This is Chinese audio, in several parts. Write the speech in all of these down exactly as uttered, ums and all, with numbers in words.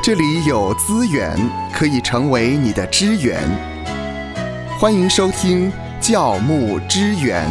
这里有资源可以成为你的支援。欢迎收听教牧支援。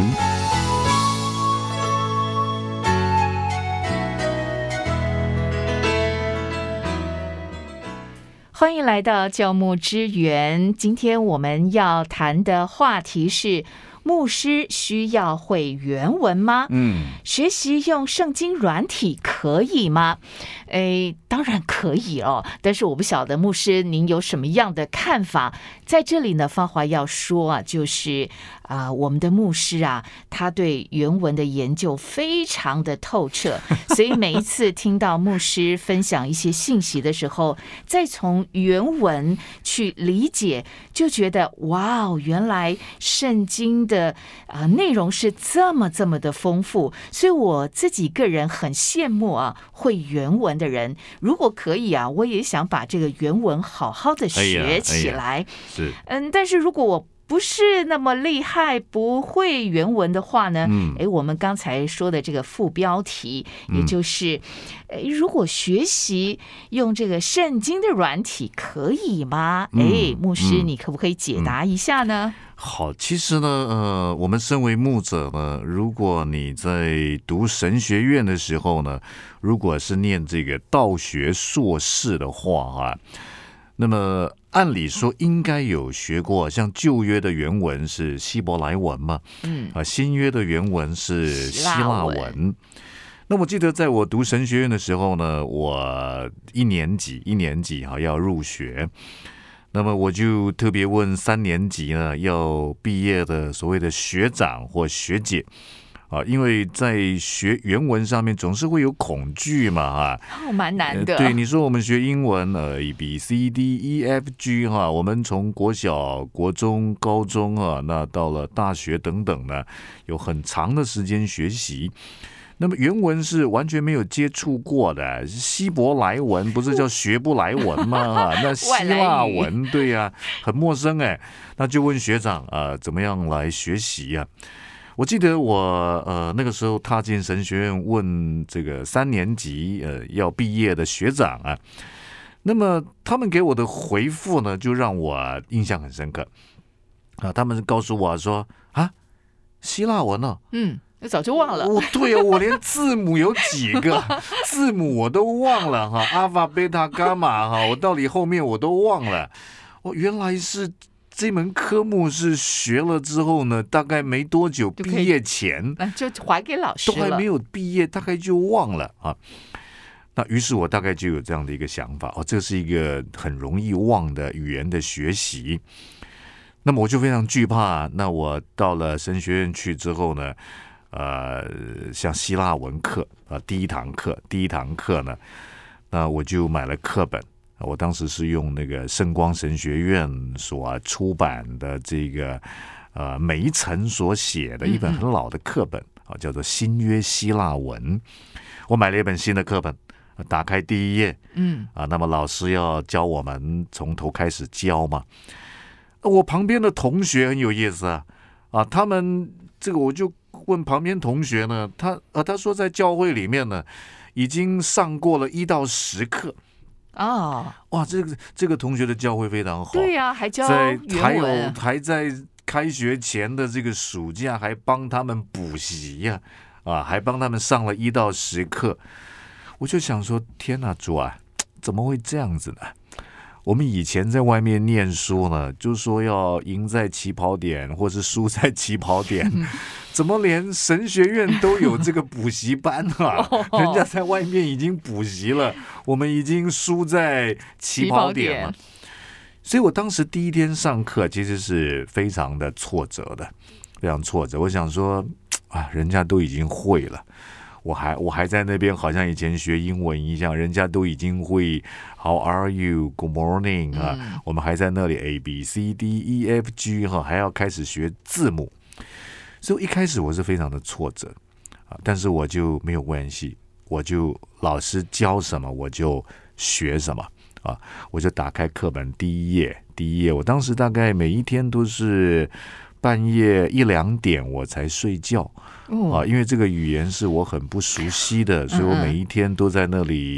欢迎来到教牧支援。今天我们要谈的话题是：牧师需要会原文吗？嗯，学习用圣经软体可以吗？诶，当然可以哦。但是我不晓得牧师您有什么样的看法？在这里呢，芳华要说啊，就是啊、呃，我们的牧师啊，他对原文的研究非常的透彻，所以每一次听到牧师分享一些信息的时候，再从原文去理解，就觉得哇哦，原来圣经的的呃内容是这么这么的丰富，所以我自己个人很羡慕啊会原文的人。如果可以啊，我也想把这个原文好好的学起来。哎哎、 是， 嗯，但是如果我不是那么厉害，不会原文的话呢，嗯，诶，我们刚才说的这个副标题，也就是，诶，如果学习用这个圣经的软体可以吗？嗯、诶，牧师，你可不可以解答一下呢？ 嗯好，其实呢，呃，我们身为牧者呢，如果你在读神学院的时候呢，如果是念这个道学硕士的话啊，那么按理说应该有学过，像旧约的原文是希伯来文嘛，嗯，啊，新约的原文是希腊文。那我记得在我读神学院的时候呢，我一年级一年级哈要入学。那么我就特别问三年级呢要毕业的所谓的学长或学姐啊，因为在学原文上面总是会有恐惧嘛哈， 哦，蛮难的。 呃、对，你说我们学英文呃 A B C D E F G 哈，我们从国小、国中、高中啊，那到了大学等等呢，有很长的时间学习。那么原文是完全没有接触过的，希伯来文不是叫学不来文吗？那希腊文对呀、啊，很陌生哎。那就问学长啊、呃，怎么样来学习啊？我记得我呃那个时候踏进神学院，问这个三年级呃要毕业的学长啊，那么他们给我的回复呢，就让我印象很深刻啊。他们告诉我说啊，希腊文呢、啊， 嗯。早就忘了， 哦，对啊，我连字母有几个字母我都忘了哈，阿法、贝塔、伽马哈，我到底后面我都忘了。哦，原来是这门科目是学了之后呢，大概没多久毕业前就还给老师了， 都还没有毕业，大概就忘了啊。那于是我大概就有这样的一个想法，哦，这是一个很容易忘的语言的学习。那么我就非常惧怕。那我到了神学院去之后呢？呃，像希腊文课啊、呃，第一堂课，第一堂课呢，那我就买了课本。我当时是用那个圣光神学院所出版的这个呃梅岑所写的一本很老的课本啊、呃，叫做《新约希腊文》。我买了一本新的课本，打开第一页，嗯啊，那么老师要教我们从头开始教嘛。我旁边的同学很有意思啊，啊，他们这个我就。问旁边同学呢，他呃他说在教会里面呢，已经上过了一到十课哦， 哇，这个这个同学的教会非常好， 对呀、啊，还教在还有原文还在开学前的这个暑假还帮他们补习呀、啊，啊，还帮他们上了一到十课，我就想说，天哪，主啊，怎么会这样子呢？我们以前在外面念书呢，就说要赢在起跑点，或是输在起跑点。怎么连神学院都有这个补习班啊？人家在外面已经补习了，我们已经输在起跑点了。所以我当时第一天上课，其实是非常的挫折的，非常挫折。我想说，啊，人家都已经会了。我还我还在那边，好像以前学英文一样，人家都已经会 How are you? Good morning 啊、嗯，我们还在那里 A B C D E F G 哈，还要开始学字母，所以一开始我是非常的挫折啊，但是我就没有关系，我就老师教什么我就学什么啊，我就打开课本第一页，第一页，我当时大概每一天都是半夜一两点我才睡觉。啊，因为这个语言是我很不熟悉的，所以我每一天都在那里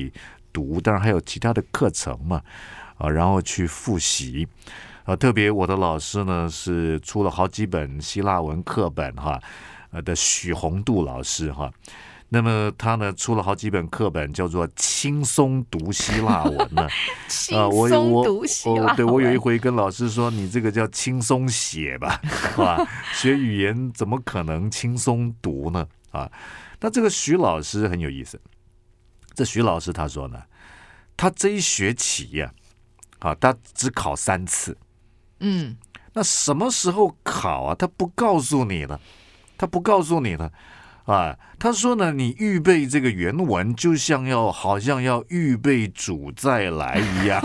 读，当然还有其他的课程嘛，啊，然后去复习。啊，特别我的老师呢是出了好几本希腊文课本哈，呃的许宏度老师哈。那么他呢出了好几本课本，叫做轻松读希腊文呢。 轻松读希腊文、 呃、我我对我有一回跟老师说，你这个叫轻松写吧，啊，学语言怎么可能轻松读呢？啊，那这个许老师很有意思。这许老师他说呢，他这一学期呀、啊，啊，他只考三次。 嗯， 那什么时候考啊？他不告诉你了，他不告诉你了。啊，他说呢，你预备这个原文，就像要好像要预备主再来一样。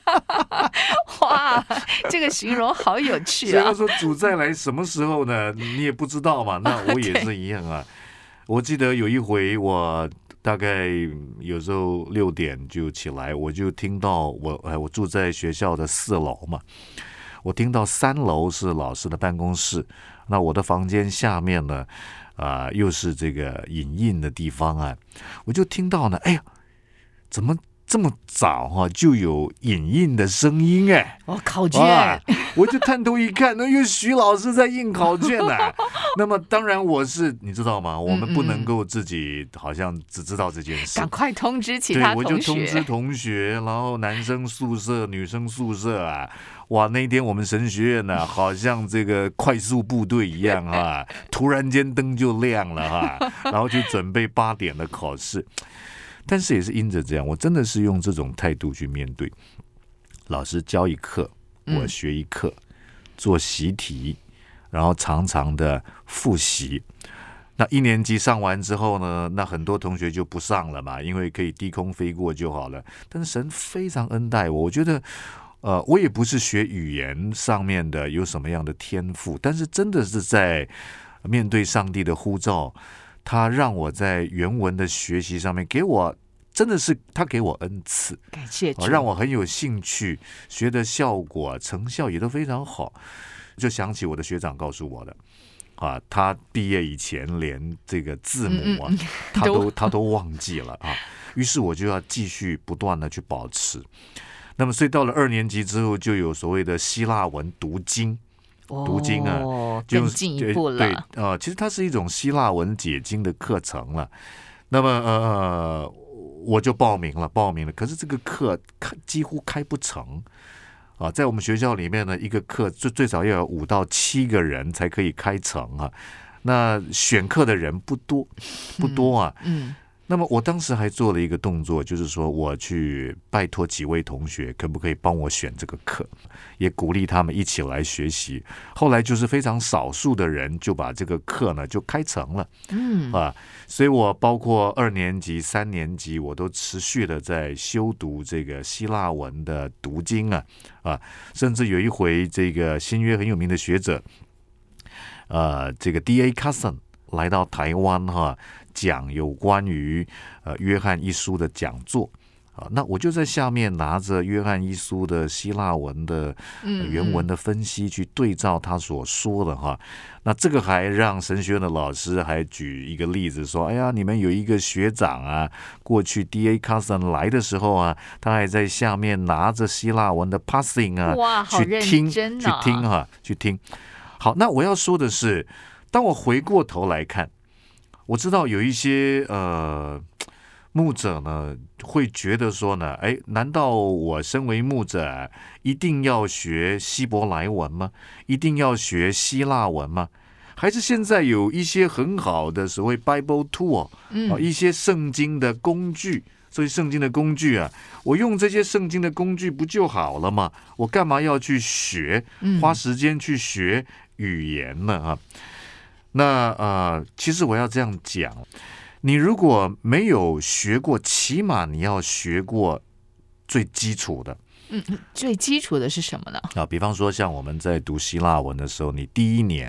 哇，这个形容好有趣啊！ 所以他说主再来什么时候呢？你也不知道嘛。那我也是一样啊。我记得有一回，我大概有时候六点就起来，我就听到我哎，我住在学校的四楼嘛，我听到三楼是老师的办公室，那我的房间下面呢？啊、呃，又是这个影印的地方啊，我就听到呢，哎呀，怎么这么早哈、啊、就有影印的声音哎？ 哦，考卷， 我就探头一看，那有许老师在印考卷呢、啊。那么当然我是你知道吗？我们不能够自己好像只知道这件事， 赶快通知其他同学。 对，我就通知同学，然后男生宿舍、女生宿舍啊。哇，那一天我们神学院呢、啊，好像这个快速部队一样哈，突然间灯就亮了哈，然后去准备八点的考试。但是也是因着这样，我真的是用这种态度去面对。老师教一课，我学一课，嗯、做习题，然后常常的复习。那一年级上完之后呢，那很多同学就不上了嘛，因为可以低空飞过就好了。但是神非常恩待我，我觉得。呃，我也不是学语言上面的有什么样的天赋，但是真的是在面对上帝的呼召，他让我在原文的学习上面给我真的是他给我恩赐， 感谢主， 让我很有兴趣，学的效果成效也都非常好。就想起我的学长告诉我的啊，他毕业以前连这个字母啊，嗯嗯他都他都忘记了啊，于是我就要继续不断的去保持。那么，所以到了二年级之后，就有所谓的希腊文读经， 哦、 读经啊， 更进一步了。 对，呃，其实它是一种希腊文解经的课程了。那么，呃，我就报名了，报名了。可是这个课开几乎开不成啊，在我们学校里面呢，一个课最最少要有五到七个人才可以开成啊。那选课的人不多，不多啊。嗯。嗯那么我当时还做了一个动作，就是说我去拜托几位同学，可不可以帮我选这个课，也鼓励他们一起来学习。后来就是非常少数的人就把这个课呢就开成了，嗯啊，所以我包括二年级、三年级，我都持续的在修读这个希腊文的读经啊啊，甚至有一回这个新约很有名的学者，呃，这个 D A Carson 来到台湾哈。讲有关于呃约翰一书的讲座啊，那我就在下面拿着约翰一书的希腊文的、呃、原文的分析去对照他所说的哈。那这个还让神学院的老师还举一个例子说，哎呀，你们有一个学长啊，过去 D A Carson 来的时候啊，他还在下面拿着希腊文的 passing 啊， 哇，好认真啊， 去听去听哈，去听。好，那我要说的是，当我回过头来看。我知道有一些呃牧者呢会觉得说呢，哎，难道我身为牧者一定要学希伯来文吗？一定要学希腊文吗？还是现在有一些很好的所谓 Bible tool，、嗯、一些圣经的工具，所以圣经的工具啊，我用这些圣经的工具不就好了吗？我干嘛要去学，花时间去学语言呢？啊？那呃，其实我要这样讲，你如果没有学过，起码你要学过最基础的。 嗯，最基础的是什么呢？ 啊，比方说像我们在读希腊文的时候，你第一年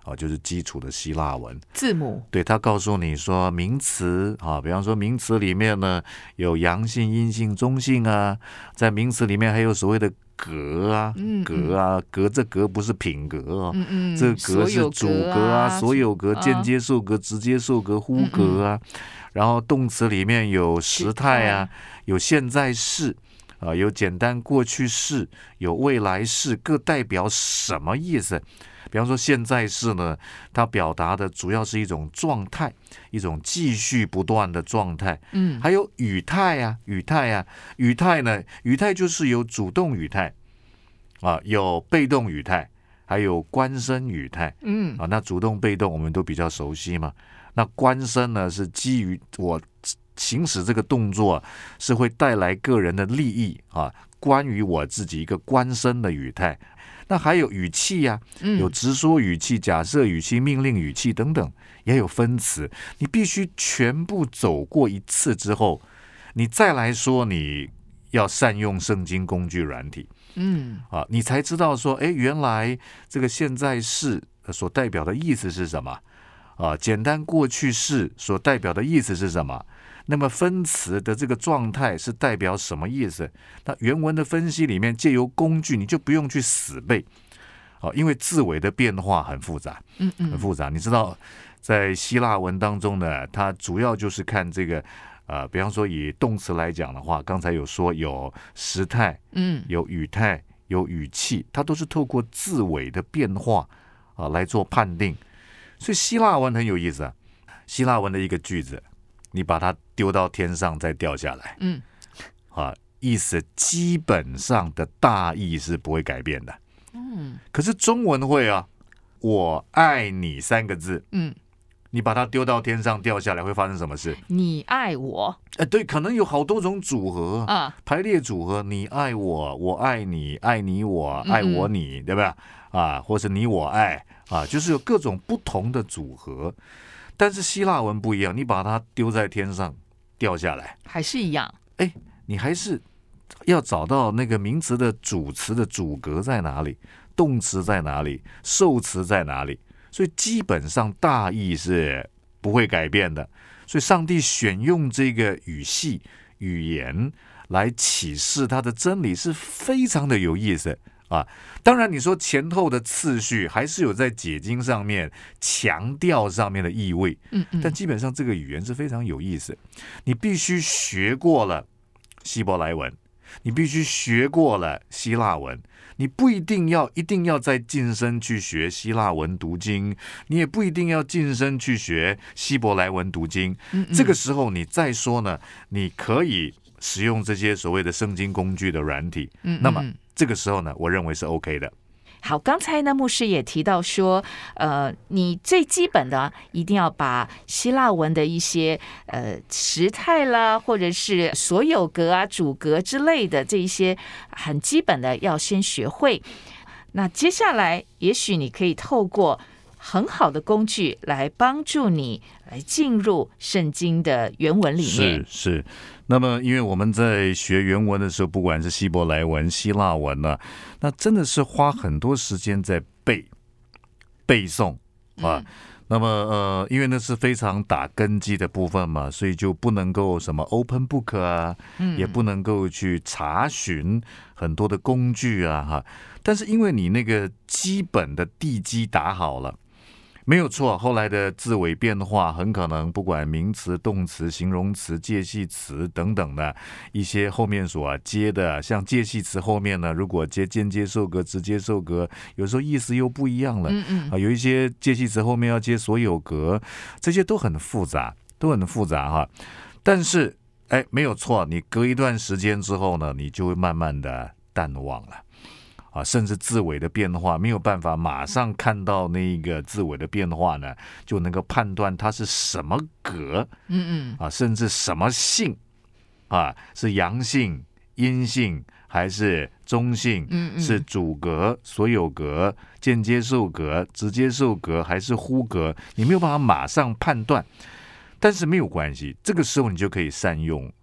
啊，就是基础的希腊文字母。 对，它告诉你说名词啊，比方说名词里面呢有阳性、阴性、中性啊，在名词里面还有所谓的格啊， 嗯嗯格啊，格这格不是品格哦， 嗯嗯， 这个格是主格啊，所有格、 啊、 间接受格、直接受格、呼格啊。嗯嗯，然后动词里面有时态啊，有现在式啊，有简单过去式，有未来式，各代表什么意思？比方说现在式呢，它表达的主要是一种状态，一种继续不断的状态。嗯，还有语态啊，语态啊，语态呢，语态就是有主动语态啊，有被动语态，还有官声语态。嗯，啊，那主动被动我们都比较熟悉嘛。那官声呢，是基于我行使这个动作是会带来个人的利益啊，关于我自己一个官声的语态。那还有语气呀、啊，有直说语气、假设语气、命令语气等等，也有分词。你必须全部走过一次之后，你再来说你要善用圣经工具软体，嗯啊，你才知道说，哎，原来这个现在式所代表的意思是什么啊？简单过去式所代表的意思是什么？那么分词的这个状态是代表什么意思？那原文的分析里面借由工具，你就不用去死背，哦，因为字尾的变化很复杂，嗯嗯，很复杂。你知道，在希腊文当中呢，它主要就是看这个，呃，比方说以动词来讲的话，刚才有说有时态，嗯，有语态，有语气，它都是透过字尾的变化啊来做判定。所以希腊文很有意思啊，希腊文的一个句子。你把它丢到天上再掉下来，嗯，啊，意思基本上的大意是不会改变的，嗯。可是中文会啊，我爱你三个字，嗯，你把它丢到天上掉下来，会发生什么事？ 你爱我， 哎，对，可能有好多种组合啊，排列组合，你爱我，我爱你，爱你我，爱我你，嗯、对吧？啊，或是你我爱啊，就是有各种不同的组合。但是希腊文不一样，你把它丢在天上掉下来还是一样， 哎，你还是要找到那个名词的主词的主格在哪里，动词在哪里，受词在哪里，所以基本上大意是不会改变的。所以上帝选用这个语系语言来启示他的真理是非常的有意思啊，当然你说前后的次序还是有在解经上面强调上面的意味，嗯嗯，但基本上这个语言是非常有意思。你必须学过了希伯来文，你必须学过了希腊文，你不一定要一定要再晋升去学希腊文读经，你也不一定要晋升去学希伯来文读经。嗯嗯，这个时候你再说呢，你可以使用这些所谓的圣经工具的软体，嗯嗯，那么这个时候呢，我认为是 OK 的。 好，刚才呢牧师也提到说，呃，你最基本的一定要把希腊文的一些呃时态啦，或者是所有格啊、主格之类的这一些很基本的要先学会。那接下来，也许你可以透过很好的工具来帮助你来进入圣经的原文里面。 是是。那么因为我们在学原文的时候，不管是希伯来文、希腊文呢、啊，那真的是花很多时间在背背诵啊。嗯，那么呃，因为那是非常打根基的部分嘛，所以就不能够什么 open book 啊，嗯，也不能够去查询很多的工具啊哈。但是因为你那个基本的地基打好了，没有错，后来的字尾变化很可能不管名词、动词、形容词、介系词等等的一些后面所接的，像介系词后面呢，如果接间接受格、直接受格，有时候意思又不一样了。嗯嗯啊，有一些介系词后面要接所有格，这些都很复杂，都很复杂哈。但是哎，没有错，你隔一段时间之后呢，你就会慢慢的淡忘了。啊，甚至字尾的变化没有办法马上看到那个字尾的变化呢，就能够判断它是什么格，嗯嗯，啊，甚至什么性，啊，是阳性、阴性还是中性，嗯嗯，是主格、所有格、间接受格、直接受格还是呼格，你没有办法马上判断，但是没有关系，这个时候你就可以善用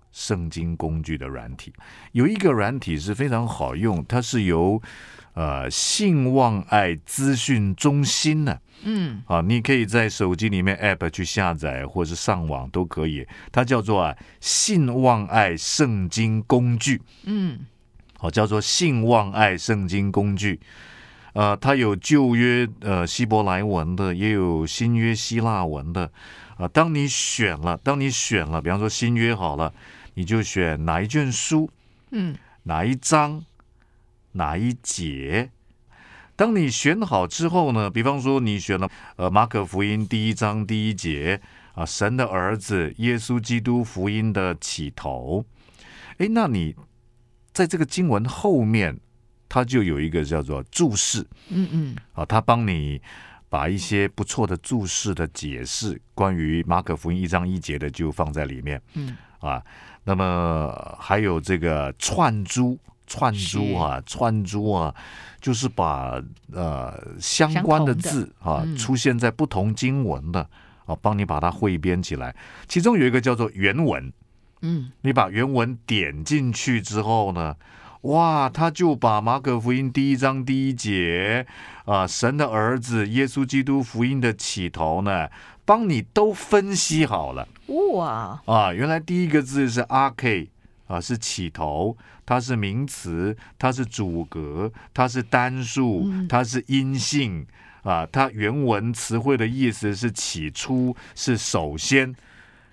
圣经工具的软体。有一个软体是非常好用，它是由呃信望爱资讯中心呢、啊，嗯，啊，你可以在手机里面 App 去下载，或是上网都可以。它叫做啊信望爱圣经工具，嗯，好、啊，叫做信望爱圣经工具。呃，它有旧约呃希伯来文的，也有新约希腊文的。啊，当你选了，当你选了，比方说新约好了，你就选哪一卷书，嗯，哪一章，哪一节。当你选好之后呢，比方说你选了呃马可福音第一章第一节啊，神的儿子耶稣基督福音的起头，哎，那你在这个经文后面，它就有一个叫做注释，嗯嗯，啊，它帮你把一些不错的注释的解释，关于马可福音一章一节的就放在里面，嗯啊，那么还有这个串珠。串珠啊，串珠啊，就是把呃相关的字啊、嗯、出现在不同经文的啊，帮你把它汇编起来。其中有一个叫做原文，嗯，你把原文点进去之后呢，哇，他就把马可福音第一章第一节啊，神的儿子耶稣基督福音的起头呢，帮你都分析好了。哇啊，原来第一个字是阿 K。啊，是起头，它是名词，它是主格，它是单数，它是阴性啊。它原文词汇的意思是起初，是首先，哎、uh-huh. ，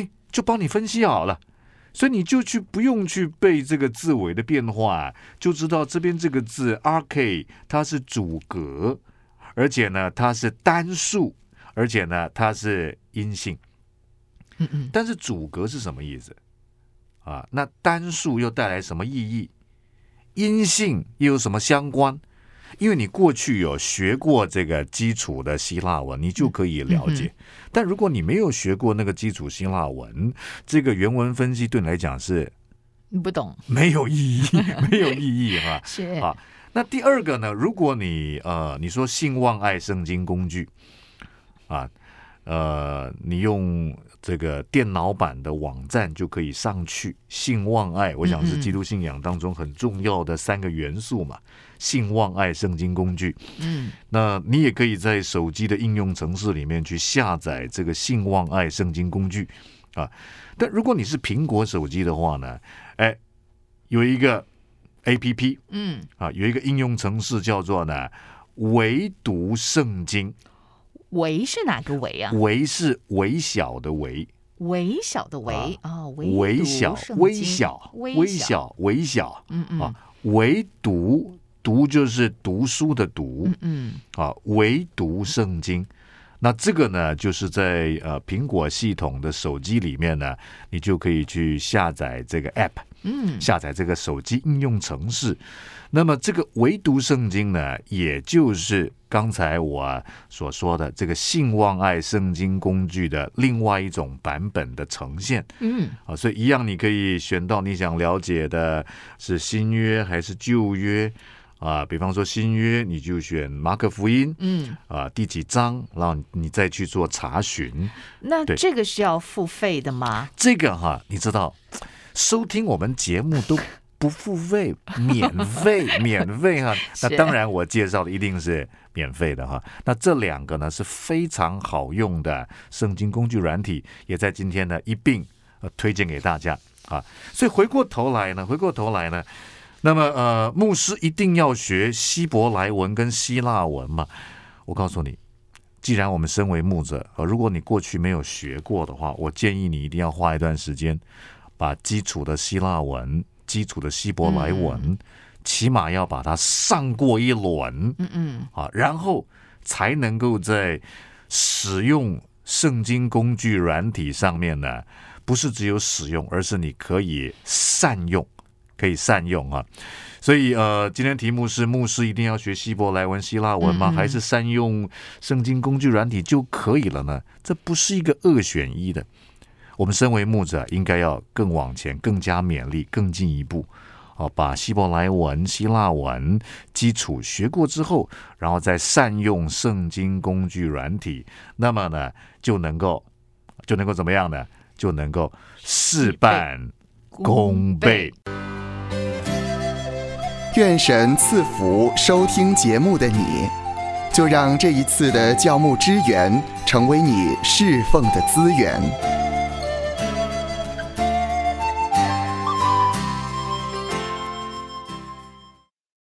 就帮你分析好了，所以你就去不用去背这个字尾的变化，就知道这边这个字 R K 它是主格，而且呢它是单数，而且呢它是阴性。嗯嗯，但是主格是什么意思？啊，那单数又带来什么意义？阴性又有什么相关？因为你过去有学过这个基础的希腊文，你就可以了解。嗯嗯、但如果你没有学过那个基础希腊文，这个原文分析对你来讲是不懂， 没有意义，没有意义哈。 是啊。那第二个呢？如果你呃你说信望爱圣经工具啊，呃，你用这个电脑版的网站就可以上去。信望爱，我想是基督信仰当中很重要的三个元素嘛。信望爱圣经工具，嗯，那你也可以在手机的应用程式里面去下载这个信望爱圣经工具啊。但如果你是苹果手机的话呢，哎，有一个 A P P， 嗯，啊，有一个应用程式叫做呢唯读圣经。 微是哪个微啊？ 微是微小的微， 微小的微啊， 微小微小微小微小，嗯嗯啊，唯读读就是读书的读，嗯嗯啊，唯读圣经。那这个呢，就是在呃苹果系统的手机里面呢，你就可以去下载这个 App， 嗯，下载这个手机应用程式。那么这个唯读圣经呢，也就是刚才我所说的这个信望爱圣经工具的另外一种版本的呈现。嗯，啊，所以一样你可以选到你想了解的是新约还是旧约啊。比方说新约，你就选马可福音，嗯，啊第几章，然后你再去做查询。 那这个是要付费的吗？ 这个哈，你知道，收听我们节目都不付费，免费，免费哈。那当然，我介绍的一定是免费的哈。那这两个呢是非常好用的圣经工具软体，也在今天呢一并、呃、推荐给大家啊。所以回过头来呢，回过头来呢，那么呃，牧师一定要学希伯来文跟希腊文嘛？我告诉你，既然我们身为牧者、呃，如果你过去没有学过的话，我建议你一定要花一段时间，把基础的希腊文、基础的希伯来文，嗯、起码要把它上过一轮，嗯嗯，啊，然后才能够在使用圣经工具软体上面呢，不是只有使用，而是你可以善用，可以善用啊。所以呃，今天题目是牧师一定要学希伯来文、希腊文吗？嗯嗯还是善用圣经工具软体就可以了呢？这不是一个二选一的。我们身为牧者，应该要更往前、更加勉励、更进一步，哦，把希伯来文、希腊文基础学过之后，然后再善用圣经工具软体，那么呢，就能够就能够怎么样呢？就能够事半功倍。 愿神赐福收听节目的你，就让这一次的教牧支援成为你侍奉的资源。